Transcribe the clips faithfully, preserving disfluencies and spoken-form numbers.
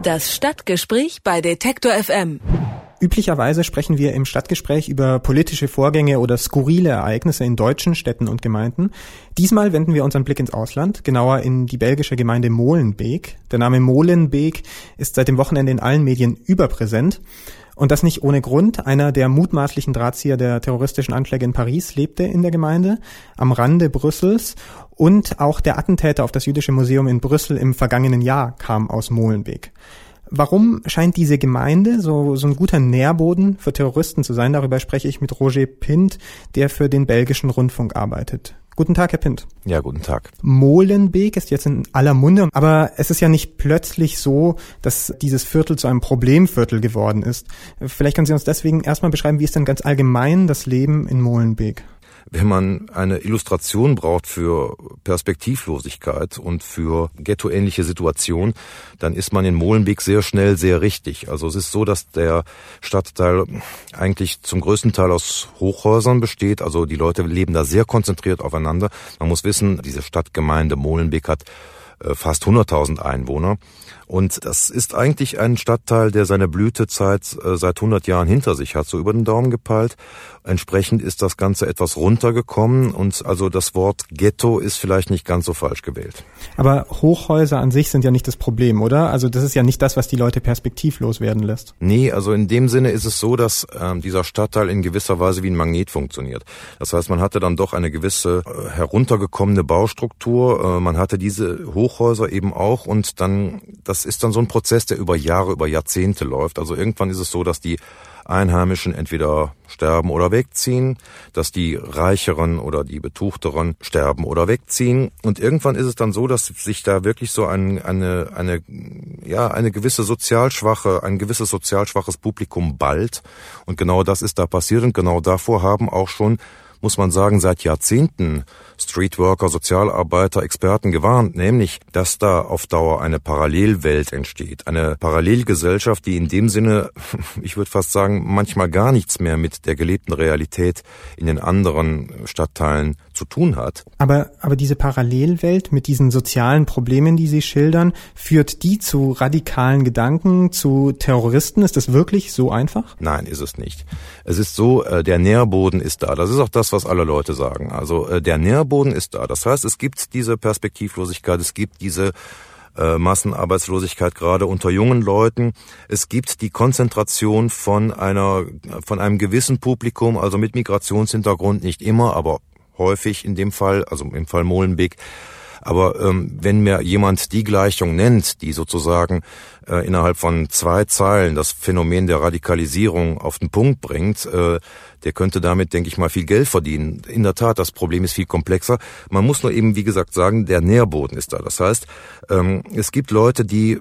Das Stadtgespräch bei Detektor F M. Üblicherweise sprechen wir im Stadtgespräch über politische Vorgänge oder skurrile Ereignisse in deutschen Städten und Gemeinden. Diesmal wenden wir unseren Blick ins Ausland, genauer in die belgische Gemeinde Molenbeek. Der Name Molenbeek ist seit dem Wochenende in allen Medien überpräsent. Und das nicht ohne Grund. Einer der mutmaßlichen Drahtzieher der terroristischen Anschläge in Paris lebte in der Gemeinde, am Rande Brüssels. Und auch der Attentäter auf das Jüdische Museum in Brüssel im vergangenen Jahr kam aus Molenbeek. Warum scheint diese Gemeinde so, so ein guter Nährboden für Terroristen zu sein? Darüber spreche ich mit Roger Pint, der für den belgischen Rundfunk arbeitet. Guten Tag, Herr Pint. Ja, guten Tag. Molenbeek ist jetzt in aller Munde, aber es ist ja nicht plötzlich so, dass dieses Viertel zu einem Problemviertel geworden ist. Vielleicht können Sie uns deswegen erstmal beschreiben, wie ist denn ganz allgemein das Leben in Molenbeek? Wenn man eine Illustration braucht für Perspektivlosigkeit und für ghettoähnliche Situation, dann ist man in Molenbeek sehr schnell sehr richtig. Also es ist so, dass der Stadtteil eigentlich zum größten Teil aus Hochhäusern besteht. Also die Leute leben da sehr konzentriert aufeinander. Man muss wissen, diese Stadtgemeinde Molenbeek hat fast hunderttausend Einwohner. Und das ist eigentlich ein Stadtteil, der seine Blütezeit äh, seit hundert Jahren hinter sich hat, so über den Daumen gepeilt. Entsprechend ist das Ganze etwas runtergekommen und also das Wort Ghetto ist vielleicht nicht ganz so falsch gewählt. Aber Hochhäuser an sich sind ja nicht das Problem, oder? Also das ist ja nicht das, was die Leute perspektivlos werden lässt. Nee, also in dem Sinne ist es so, dass ähm, dieser Stadtteil in gewisser Weise wie ein Magnet funktioniert. Das heißt, man hatte dann doch eine gewisse äh, heruntergekommene Baustruktur, äh, man hatte diese Hochhäuser eben auch und dann das Das ist dann so ein Prozess, der über Jahre, über Jahrzehnte läuft. Also irgendwann ist es so, dass die Einheimischen entweder sterben oder wegziehen, dass die Reicheren oder die Betuchteren sterben oder wegziehen. Und irgendwann ist es dann so, dass sich da wirklich so ein, eine, eine, ja, eine gewisse sozialschwache, ein gewisses sozialschwaches Publikum ballt. Und genau das ist da passiert. Und genau davor haben auch schon, muss man sagen, seit Jahrzehnten Streetworker, Sozialarbeiter, Experten gewarnt, nämlich, dass da auf Dauer eine Parallelwelt entsteht. Eine Parallelgesellschaft, die in dem Sinne, ich würde fast sagen, manchmal gar nichts mehr mit der gelebten Realität in den anderen Stadtteilen zu tun hat. Aber, aber diese Parallelwelt mit diesen sozialen Problemen, die Sie schildern, führt die zu radikalen Gedanken, zu Terroristen? Ist das wirklich so einfach? Nein, ist es nicht. Es ist so, der Nährboden ist da. Das ist auch das, was alle Leute sagen. Also der Nährboden ist da. Das heißt, es gibt diese Perspektivlosigkeit, es gibt diese äh, Massenarbeitslosigkeit gerade unter jungen Leuten. Es gibt die Konzentration von einer, von einem gewissen Publikum, also mit Migrationshintergrund, nicht immer, aber häufig in dem Fall, also im Fall Molenbeek. Aber ähm, wenn mir jemand die Gleichung nennt, die sozusagen äh, innerhalb von zwei Zeilen das Phänomen der Radikalisierung auf den Punkt bringt, äh, der könnte damit, denke ich mal, viel Geld verdienen. In der Tat, das Problem ist viel komplexer. Man muss nur eben, wie gesagt, sagen, der Nährboden ist da. Das heißt, ähm, es gibt Leute, die,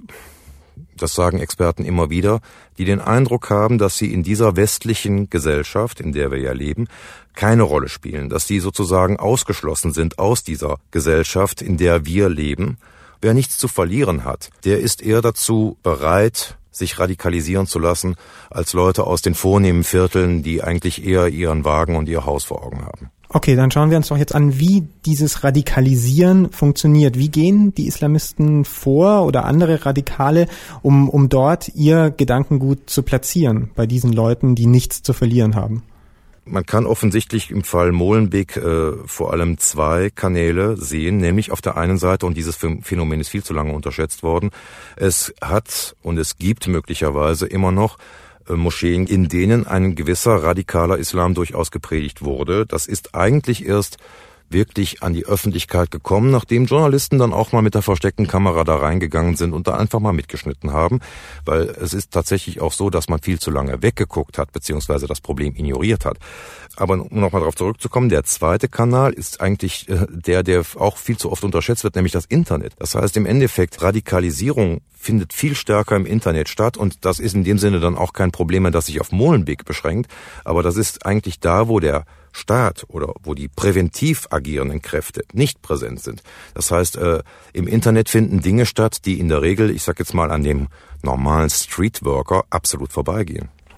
das sagen Experten immer wieder, die den Eindruck haben, dass sie in dieser westlichen Gesellschaft, in der wir ja leben, keine Rolle spielen, dass sie sozusagen ausgeschlossen sind aus dieser Gesellschaft, in der wir leben. Wer nichts zu verlieren hat, der ist eher dazu bereit, sich radikalisieren zu lassen, als Leute aus den vornehmen Vierteln, die eigentlich eher ihren Wagen und ihr Haus vor Augen haben. Okay, dann schauen wir uns doch jetzt an, wie dieses Radikalisieren funktioniert. Wie gehen die Islamisten vor oder andere Radikale, um, um dort ihr Gedankengut zu platzieren bei diesen Leuten, die nichts zu verlieren haben? Man kann offensichtlich im Fall Molenbeek äh, vor allem zwei Kanäle sehen, nämlich auf der einen Seite, und dieses Phänomen ist viel zu lange unterschätzt worden, es hat und es gibt möglicherweise immer noch äh, Moscheen, in denen ein gewisser radikaler Islam durchaus gepredigt wurde. Das ist eigentlich erst wirklich an die Öffentlichkeit gekommen, nachdem Journalisten dann auch mal mit der versteckten Kamera da reingegangen sind und da einfach mal mitgeschnitten haben, weil es ist tatsächlich auch so, dass man viel zu lange weggeguckt hat, beziehungsweise das Problem ignoriert hat. Aber um nochmal darauf zurückzukommen, der zweite Kanal ist eigentlich äh, der, der auch viel zu oft unterschätzt wird, nämlich das Internet. Das heißt im Endeffekt, Radikalisierung findet viel stärker im Internet statt und das ist in dem Sinne dann auch kein Problem mehr, das sich auf Molenbeek beschränkt, aber das ist eigentlich da, wo der Staat oder wo die präventiv agierenden Kräfte nicht präsent sind. Das heißt, äh, im Internet finden Dinge statt, die in der Regel, ich sag jetzt mal, an dem normalen Streetworker absolut vorbeigehen.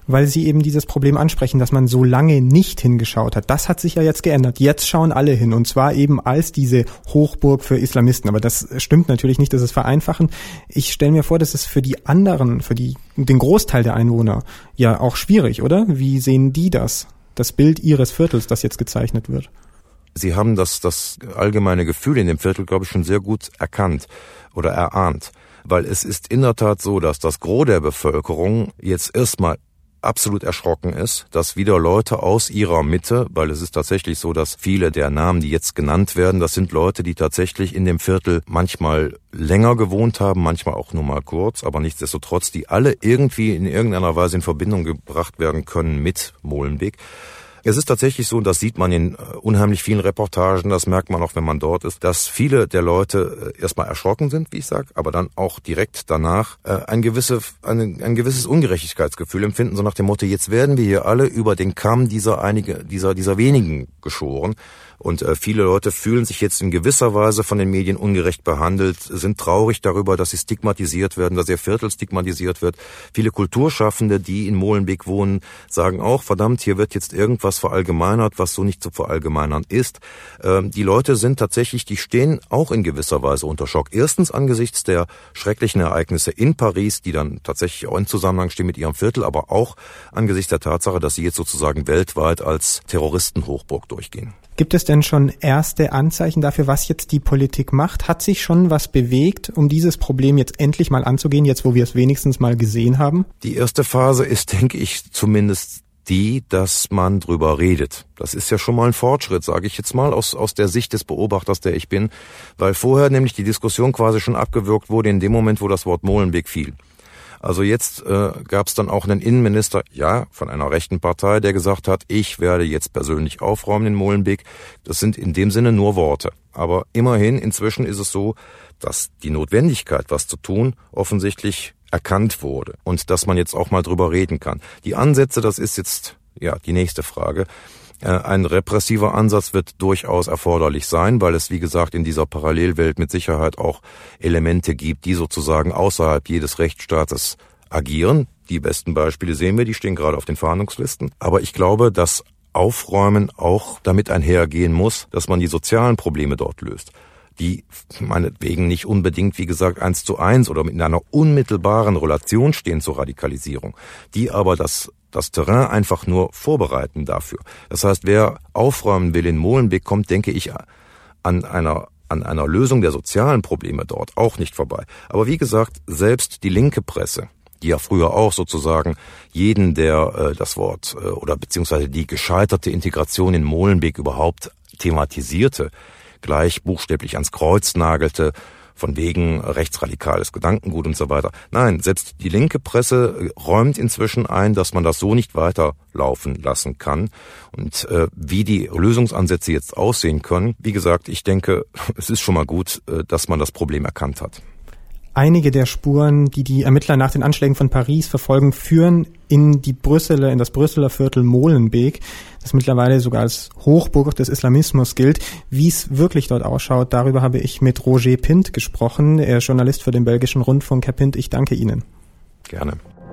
weil Sie eben dieses Problem ansprechen, dass man so lange nicht hingeschaut hat. Das hat sich ja jetzt geändert. Jetzt schauen alle hin und zwar eben als diese Hochburg für Islamisten. Aber das stimmt natürlich nicht, das ist vereinfachend. Ich stelle mir vor, das ist für die anderen, für die, den Großteil der Einwohner ja auch schwierig, oder? Wie sehen die das? Das Bild Ihres Viertels, das jetzt gezeichnet wird? Sie haben das, das allgemeine Gefühl in dem Viertel, glaube ich, schon sehr gut erkannt oder erahnt. Weil es ist in der Tat so, dass das Gros der Bevölkerung jetzt erstmal absolut erschrocken ist, dass wieder Leute aus ihrer Mitte, weil es ist tatsächlich so, dass viele der Namen, die jetzt genannt werden, das sind Leute, die tatsächlich in dem Viertel manchmal länger gewohnt haben, manchmal auch nur mal kurz, aber nichtsdestotrotz, die alle irgendwie in irgendeiner Weise in Verbindung gebracht werden können mit Molenbeek. Es ist tatsächlich so, und das sieht man in unheimlich vielen Reportagen, das merkt man auch, wenn man dort ist, dass viele der Leute erstmal erschrocken sind, wie ich sage, aber dann auch direkt danach ein, gewisse, ein, ein gewisses Ungerechtigkeitsgefühl empfinden, so nach dem Motto, jetzt werden wir hier alle über den Kamm dieser einige, dieser, dieser wenigen geschoren. Und äh, viele Leute fühlen sich jetzt in gewisser Weise von den Medien ungerecht behandelt, sind traurig darüber, dass sie stigmatisiert werden, dass ihr Viertel stigmatisiert wird. Viele Kulturschaffende, die in Molenbeek wohnen, sagen auch, verdammt, hier wird jetzt irgendwas verallgemeinert, was so nicht zu verallgemeinern ist. Ähm, die Leute sind tatsächlich, die stehen auch in gewisser Weise unter Schock. Erstens angesichts der schrecklichen Ereignisse in Paris, die dann tatsächlich auch in Zusammenhang stehen mit ihrem Viertel, aber auch angesichts der Tatsache, dass sie jetzt sozusagen weltweit als Terroristenhochburg durchgehen. Gibt es denn schon erste Anzeichen dafür, was jetzt die Politik macht? Hat sich schon was bewegt, um dieses Problem jetzt endlich mal anzugehen, jetzt wo wir es wenigstens mal gesehen haben? Die erste Phase ist, denke ich, zumindest die, dass man drüber redet. Das ist ja schon mal ein Fortschritt, sage ich jetzt mal, aus, aus der Sicht des Beobachters, der ich bin, weil vorher nämlich die Diskussion quasi schon abgewürgt wurde in dem Moment, wo das Wort Molenbeek fiel. Also jetzt äh, gab es dann auch einen Innenminister, ja, von einer rechten Partei, der gesagt hat, ich werde jetzt persönlich aufräumen in Molenbeek. Das sind in dem Sinne nur Worte. Aber immerhin, inzwischen ist es so, dass die Notwendigkeit, was zu tun, offensichtlich erkannt wurde und dass man jetzt auch mal drüber reden kann. Die Ansätze, das ist jetzt ja die nächste Frage. Ein repressiver Ansatz wird durchaus erforderlich sein, weil es, wie gesagt, in dieser Parallelwelt mit Sicherheit auch Elemente gibt, die sozusagen außerhalb jedes Rechtsstaates agieren. Die besten Beispiele sehen wir, die stehen gerade auf den Fahndungslisten. Aber ich glaube, dass Aufräumen auch damit einhergehen muss, dass man die sozialen Probleme dort löst, die meinetwegen nicht unbedingt, wie gesagt, eins zu eins oder in einer unmittelbaren Relation stehen zur Radikalisierung, die aber das das Terrain einfach nur vorbereiten dafür. Das heißt, wer aufräumen will in Molenbeek, kommt, denke ich, an einer an einer Lösung der sozialen Probleme dort auch nicht vorbei. Aber wie gesagt, selbst die linke Presse, die ja früher auch sozusagen jeden, der äh, das Wort äh, oder beziehungsweise die gescheiterte Integration in Molenbeek überhaupt thematisierte, gleich buchstäblich ans Kreuz nagelte, von wegen rechtsradikales Gedankengut und so weiter. Nein, selbst die linke Presse räumt inzwischen ein, dass man das so nicht weiterlaufen lassen kann. Und äh, wie die Lösungsansätze jetzt aussehen können, wie gesagt, ich denke, es ist schon mal gut, äh, dass man das Problem erkannt hat. Einige der Spuren, die die Ermittler nach den Anschlägen von Paris verfolgen, führen in die Brüsseler, in das Brüsseler Viertel Molenbeek, das mittlerweile sogar als Hochburg des Islamismus gilt. Wie es wirklich dort ausschaut, darüber habe ich mit Roger Pint gesprochen. Er ist Journalist für den belgischen Rundfunk. Herr Pint, ich danke Ihnen. Gerne.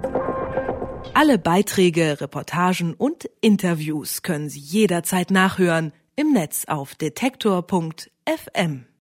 Alle Beiträge, Reportagen und Interviews können Sie jederzeit nachhören im Netz auf detektor punkt f m.